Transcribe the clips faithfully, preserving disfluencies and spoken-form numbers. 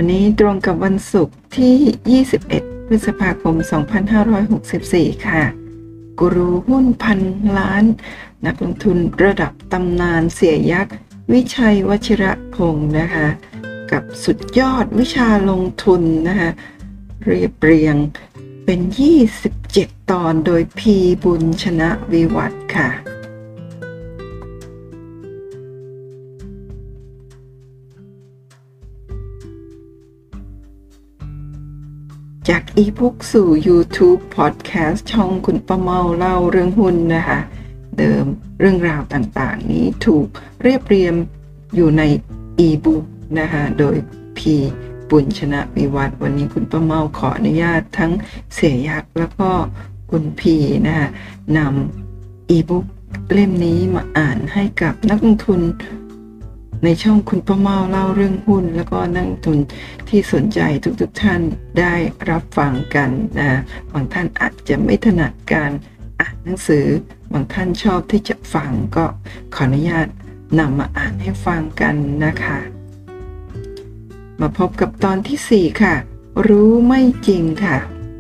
วันนี้ตรงกับวันศุกร์ที่ยี่สิบเอ็ดพฤษภาคมสองพันห้าร้อยหกสิบสี่ค่ะกูรูหุ้นพันล้านนักลงทุนระดับตำนานเสียยักษ์วิชัยวชิระพงศ์นะคะกับสุดยอดวิชาลงทุนนะคะเรียบเรียงเป็นยี่สิบเจ็ดตอนโดยพีบุญชนะวิวัฒน์ค่ะจากอีบุ๊กสู่ YouTube Podcast ช่องคุณป้าเมาเล่าเรื่องหุ้นนะคะเดิมเรื่องราวต่างๆนี้ถูกเรียบเรียงอยู่ในอีบุ๊กนะคะโดยพีบุญชนะวิวัฒน์วันนี้คุณป้าเมาขออนุญาตทั้งเสียยักษ์แล้วก็คุณพีนะคะนำอีบุ๊กเล่มนี้มาอ่านให้กับนักลงทุนในช่องคุณป้าเมาเล่าเรื่องหุ้นแล้วก็นักลงทุนที่สนใจทุกๆท่านได้รับฟังกันนะบางท่านอาจจะไม่ถนัดการอ่านหนังสือบางท่านชอบที่จะฟังก็ขออนุญาตนำมาอ่านให้ฟังกันนะคะมาพบกับตอนที่สี่ค่ะรู้ไม่จริงค่ะ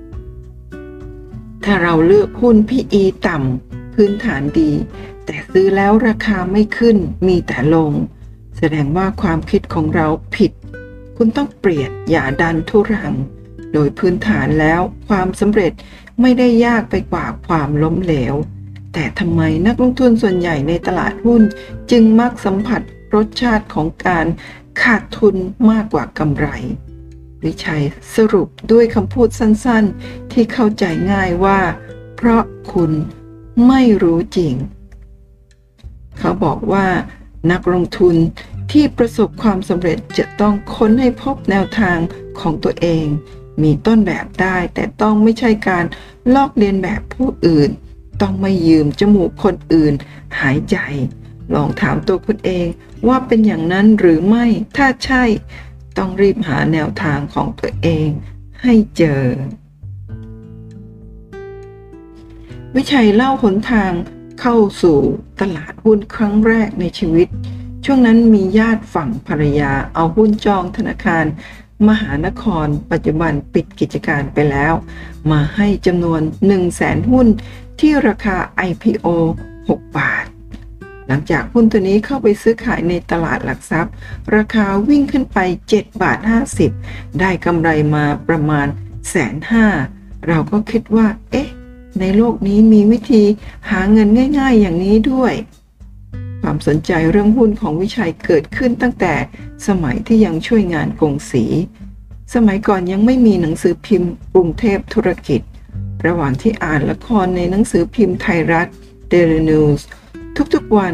ถ้าเราเลือกหุ้น พี อี ต่ำพื้นฐานดีแต่ซื้อแล้วราคาไม่ขึ้นมีแต่ลงแสดงว่าความคิดของเราผิดคุณต้องเปลี่ยนอย่าดันทุรังโดยพื้นฐานแล้วความสำเร็จไม่ได้ยากไปกว่าความล้มเหลวแต่ทำไมนักลงทุนส่วนใหญ่ในตลาดหุ้นจึงมักสัมผัสรสชาติของการขาดทุนมากกว่ากำไรวิชัยสรุปด้วยคำพูดสั้นๆที่เข้าใจง่ายว่าเพราะคุณไม่รู้จริงเขาบอกว่านักลงทุนที่ประสบความสำเร็จจะต้องค้นให้พบแนวทางของตัวเองมีต้นแบบได้แต่ต้องไม่ใช่การลอกเลียนแบบผู้อื่นต้องไม่ยืมจมูกคนอื่นหายใจลองถามตัวคุณเองว่าเป็นอย่างนั้นหรือไม่ถ้าใช่ต้องรีบหาแนวทางของตัวเองให้เจอวิชัยเล่าหนทางเข้าสู่ตลาดหุ้นครั้งแรกในชีวิตช่วงนั้นมีญาติฝั่งภรรยาเอาหุ้นจองธนาคารมหานครปัจจุบันปิดกิจการไปแล้วมาให้จำนวน หนึ่งแสน หุ้นที่ราคา ไอ พี โอ หก บาทหลังจากหุ้นตัวนี้เข้าไปซื้อขายในตลาดหลักทรัพย์ราคาวิ่งขึ้นไป เจ็ดบาทห้าสิบ ได้กำไรมาประมาณ หนึ่งแสนห้าหมื่น เราก็คิดว่าเอ๊ะในโลกนี้มีวิธีหาเงินง่ายๆอย่างนี้ด้วยความสนใจเรื่องหุ้นของวิชัยเกิดขึ้นตั้งแต่สมัยที่ยังช่วยงานกงสีสมัยก่อนยังไม่มีหนังสือพิมพ์กรุงเทพธุรกิจระหว่างที่อ่านละครในหนังสือพิมพ์ไทยรัฐ Daily News ทุกๆวัน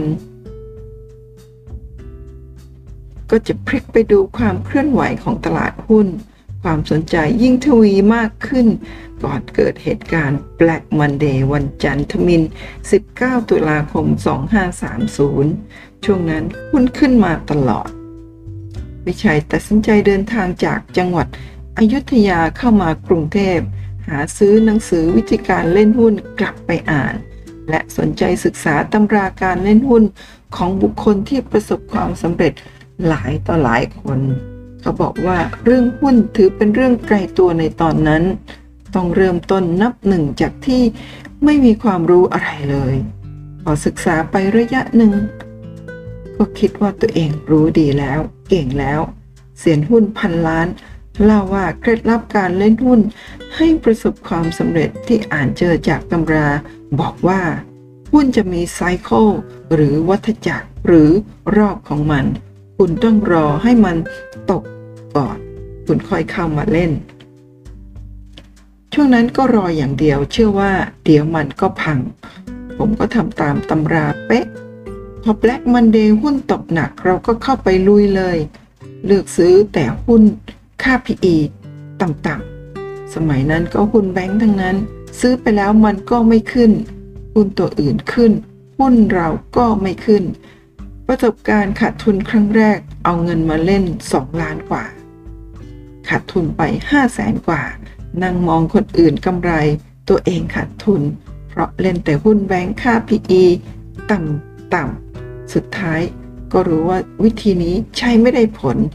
ก็จะพลิกไปดูความเคลื่อนไหวของตลาดหุ้นความสนใจยิ่งทวีมากขึ้นก่อนเกิดเหตุการณ์ Black Monday วันจันทมิฬสิบเก้าตุลาคมสองพันห้าร้อยสามสิบช่วงนั้นหุ้นขึ้นมาตลอดวิชัยตัดสินใจเดินทางจากจังหวัดอยุธยาเข้ามากรุงเทพหาซื้อหนังสือวิธีการเล่นหุ้นกลับไปอ่านและสนใจศึกษาตำราการเล่นหุ้นของบุคคลที่ประสบความสำเร็จหลายต่อหลายคนเขาบอกว่าเรื่องหุ้นถือเป็นเรื่องไกลตัวในตอนนั้นต้องเริ่มต้นนับหนึ่งจากที่ไม่มีความรู้อะไรเลยพอศึกษาไประยะหนึ่งก็คิดว่าตัวเองรู้ดีแล้วเก่งแล้วเซียนหุ้นพันล้านเล่าว่าเคล็ดลับการเล่นหุ้นให้ประสบความสำเร็จที่อ่านเจอจากตำราบอกว่าหุ้นจะมีไซเคิลหรือวัฏจักรหรือรอบของมันคุณต้องรอให้มันตกก่อนคุณค่อยเข้ามาเล่นช่วงนั้นก็รออย่างเดียวเชื่อว่าเดี๋ยวมันก็พังผมก็ทำตามตำราเป๊ะพอ Black Monday หุ้นตกหนักเราก็เข้าไปลุยเลยเลือกซื้อแต่หุ้นค่า พี อี ต่ำๆสมัยนั้นก็หุ้นแบงค์ทั้งนั้นซื้อไปแล้วมันก็ไม่ขึ้นหุ้นตัวอื่นขึ้นหุ้นเราก็ไม่ขึ้นประสบการณ์ขาดทุนครั้งแรกเอาเงินมาเล่นสองล้านกว่าขาดทุนไปห้าแสนกว่านั่งมองคนอื่นกำไรตัวเองขาดทุนเพราะเล่นแต่หุ้นแบงค์ค่า พี อี ต่ำๆสุดท้ายก็รู้ว่าวิธีนี้ใช้ไม่ได้ผล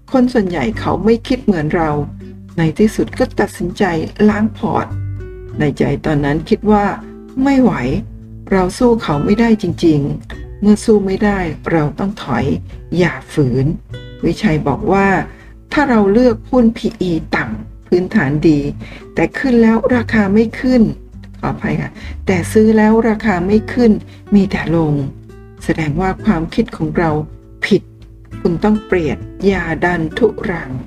คนส่วนใหญ่เขาไม่คิดเหมือนเราในที่สุดก็ตัดสินใจล้างพอร์ตในใจตอนนั้นคิดว่าไม่ไหวเราสู้เขาไม่ได้จริงๆเมื่อสู้ไม่ได้เราต้องถอยอย่าฝืนวิชัยบอกว่าถ้าเราเลือกหุ้น พี อี ต่ำพื้นฐานดีแต่ขึ้นแล้วราคาไม่ขึ้นขออภัยค่ะแต่ซื้อแล้วราคาไม่ขึ้นมีแต่ลงแสดงว่าความคิดของเราผิดคุณต้องเปลี่ยนอย่าดันทุรัง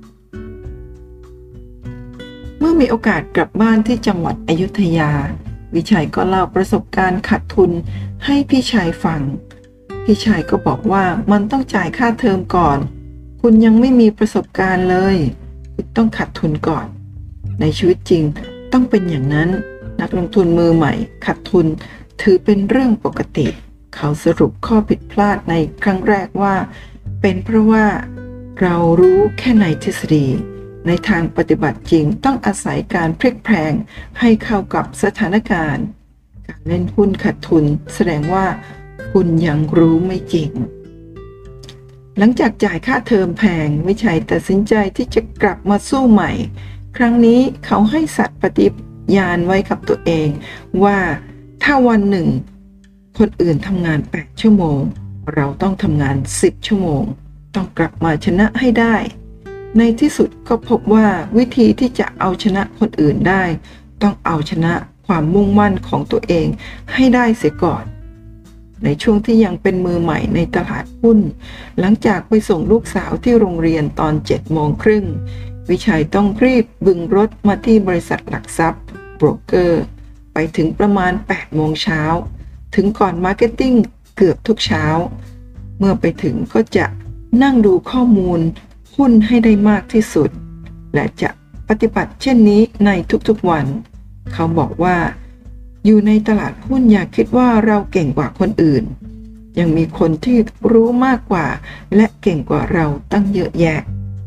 เมื่อมีโอกาสกลับบ้านที่จังหวัดอยุธยาวิชัยก็เล่าประสบการณ์ขาดทุนให้พี่ชายฟังพี่ชายก็บอกว่ามันต้องจ่ายค่าเทอมก่อนคุณยังไม่มีประสบการณ์เลยคุณต้องขาดทุนก่อนในชีวิตจริงต้องเป็นอย่างนั้นนักลงทุนมือใหม่ขาดทุนถือเป็นเรื่องปกติเขาสรุปข้อผิดพลาดในครั้งแรกว่าเป็นเพราะว่าเรารู้แค่ในทฤษฎีในทางปฏิบัติจริงต้องอาศัยการพลิกแพลงให้เข้ากับสถานการณ์การเล่นหุ้นขาดทุนแสดงว่าคุณยังรู้ไม่จริงหลังจากจ่ายค่าเทอมแพงวิชัยตัดสินใจที่จะกลับมาสู้ใหม่ครั้งนี้เขาให้สัตย์ปฏิญาณไว้กับตัวเองว่าถ้าวันหนึ่งคนอื่นทำงานแปดชั่วโมงเราต้องทำงานสิบชั่วโมงต้องกลับมาชนะให้ได้ในที่สุดก็พบว่าวิธีที่จะเอาชนะคนอื่นได้ต้องเอาชนะความมุ่งมั่นของตัวเองให้ได้เสียก่อนในช่วงที่ยังเป็นมือใหม่ในตลาดหุ้นหลังจากไปส่งลูกสาวที่โรงเรียนตอนเจ็ดโมงครึ่งวิชัยต้องรีบบึงรถมาที่บริษัทหลักทรัพย์โบรกเกอร์ไปถึงประมาณแปดโมงเช้าถึงก่อนมาร์เก็ตติ้งเกือบทุกเช้าเมื่อไปถึงก็จะนั่งดูข้อมูลหุ้นให้ได้มากที่สุดและจะปฏิบัติเช่นนี้ในทุกๆวันเขาบอกว่าอยู่ในตลาดหุ้นอย่าคิดว่าเราเก่งกว่าคนอื่นยังมีคนที่รู้มากกว่าและเก่งกว่าเราตั้งเยอะแยะ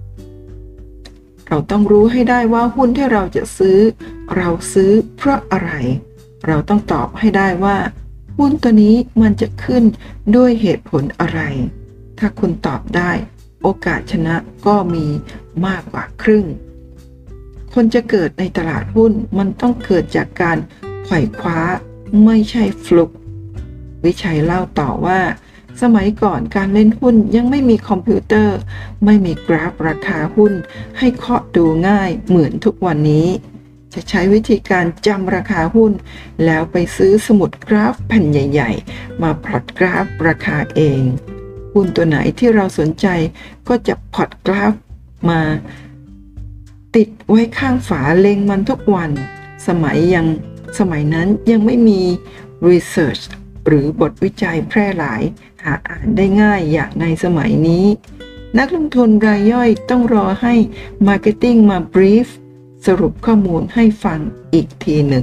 เราต้องรู้ให้ได้ว่าหุ้นที่เราจะซื้อเราซื้อเพราะอะไรเราต้องตอบให้ได้ว่าหุ้นตัวนี้มันจะขึ้นด้วยเหตุผลอะไรถ้าคุณตอบได้โอกาสชนะก็มีมากกว่าครึ่งคนจะเกิดในตลาดหุ้นมันต้องเกิดจากการไขว่คว้าไม่ใช่ฟลุกวิชัยเล่าต่อว่าสมัยก่อนการเล่นหุ้นยังไม่มีคอมพิวเตอร์ไม่มีกราฟราคาหุ้นให้เคาะดูง่ายเหมือนทุกวันนี้จะใช้วิธีการจำราคาหุ้นแล้วไปซื้อสมุดกราฟแผ่นใหญ่ๆมาพลอตกราฟราคาเองหุ้นตัวไหนที่เราสนใจก็จะพลอตกราฟมาติดไว้ข้างฝาเล็งมันทุกวันสมัยยังสมัยนั้นยังไม่มี research หรือบทวิจัยแพร่หลายหาอ่านได้ง่ายอย่างในสมัยนี้นักลงทุนรายย่อยต้องรอให้ Marketing มา brief สรุปข้อมูลให้ฟังอีกทีหนึ่ง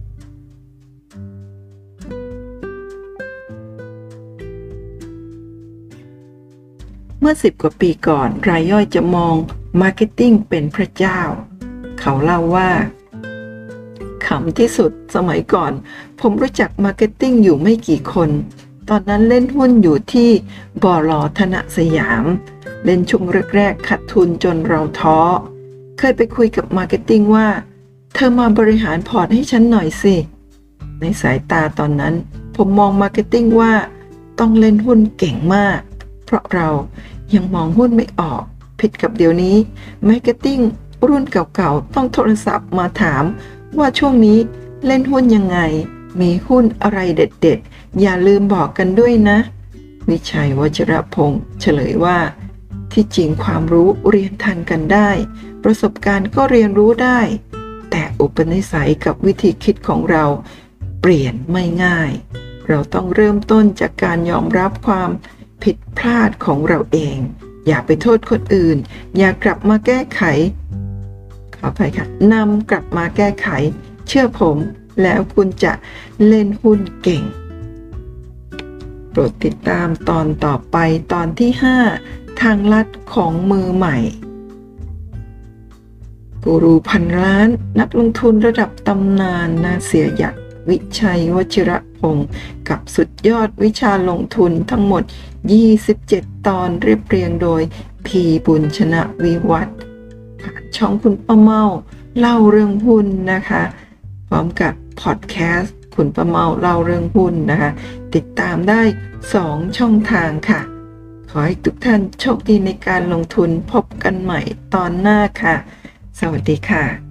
เมื่อสิบกว่าปีก่อนรายย่อยจะมอง Marketing เป็นพระเจ้าเขาเล่าว่าขำที่สุดสมัยก่อนผมรู้จัก Marketing อยู่ไม่กี่คนตอนนั้นเล่นหุ้นอยู่ที่บล.ธนสยามเล่นช่วงแรกๆขาดทุนจนเราท้อเคยไปคุยกับ Marketing ว่าเธอมาบริหารพอร์ตให้ฉันหน่อยสิในสายตาตอนนั้นผมมอง Marketing ว่าต้องเล่นหุ้นเก่งมากเพราะเรายังมองหุ้นไม่ออกผิดกับเดี๋ยวนี้ Marketing รุ่นเก่าๆต้องโทรศัพท์มาถามว่าช่วงนี้เล่นหุ้นยังไงมีหุ้นอะไรเด็ดๆอย่าลืมบอกกันด้วยนะวิชัยวชิรพงษ์เฉลยว่าที่จริงความรู้เรียนทันกันได้ประสบการณ์ก็เรียนรู้ได้แต่อุปนิสัยกับวิธีคิดของเราเปลี่ยนไม่ง่ายเราต้องเริ่มต้นจากการยอมรับความผิดพลาดของเราเองอย่าไปโทษคนอื่นอย่ากลับมาแก้ไขขออภัยค่ะนำกลับมาแก้ไขเชื่อผมแล้วคุณจะเล่นหุ้นเก่งโปรดติดตามตอนต่อไปตอนที่ห้าทางลัดของมือใหม่กูรูพันล้านนักลงทุนระดับตำนานนาเสียหยักวิชัยวชิรพงศ์กับสุดยอดวิชาลงทุนทั้งหมดยี่สิบเจ็ดตอนเรียบเรียงโดยพีบุญชนะวิวัฒน์ผ่านช่องคุณป้าเมาเล่าเรื่องหุ้นนะคะพร้อมกับพอดแคสต์คุณป้าเมาเล่าเรื่องหุ้นนะคะติดตามได้สองช่องทางค่ะขอให้ทุกท่านโชคดีในการลงทุนพบกันใหม่ตอนหน้าค่ะสวัสดีค่ะ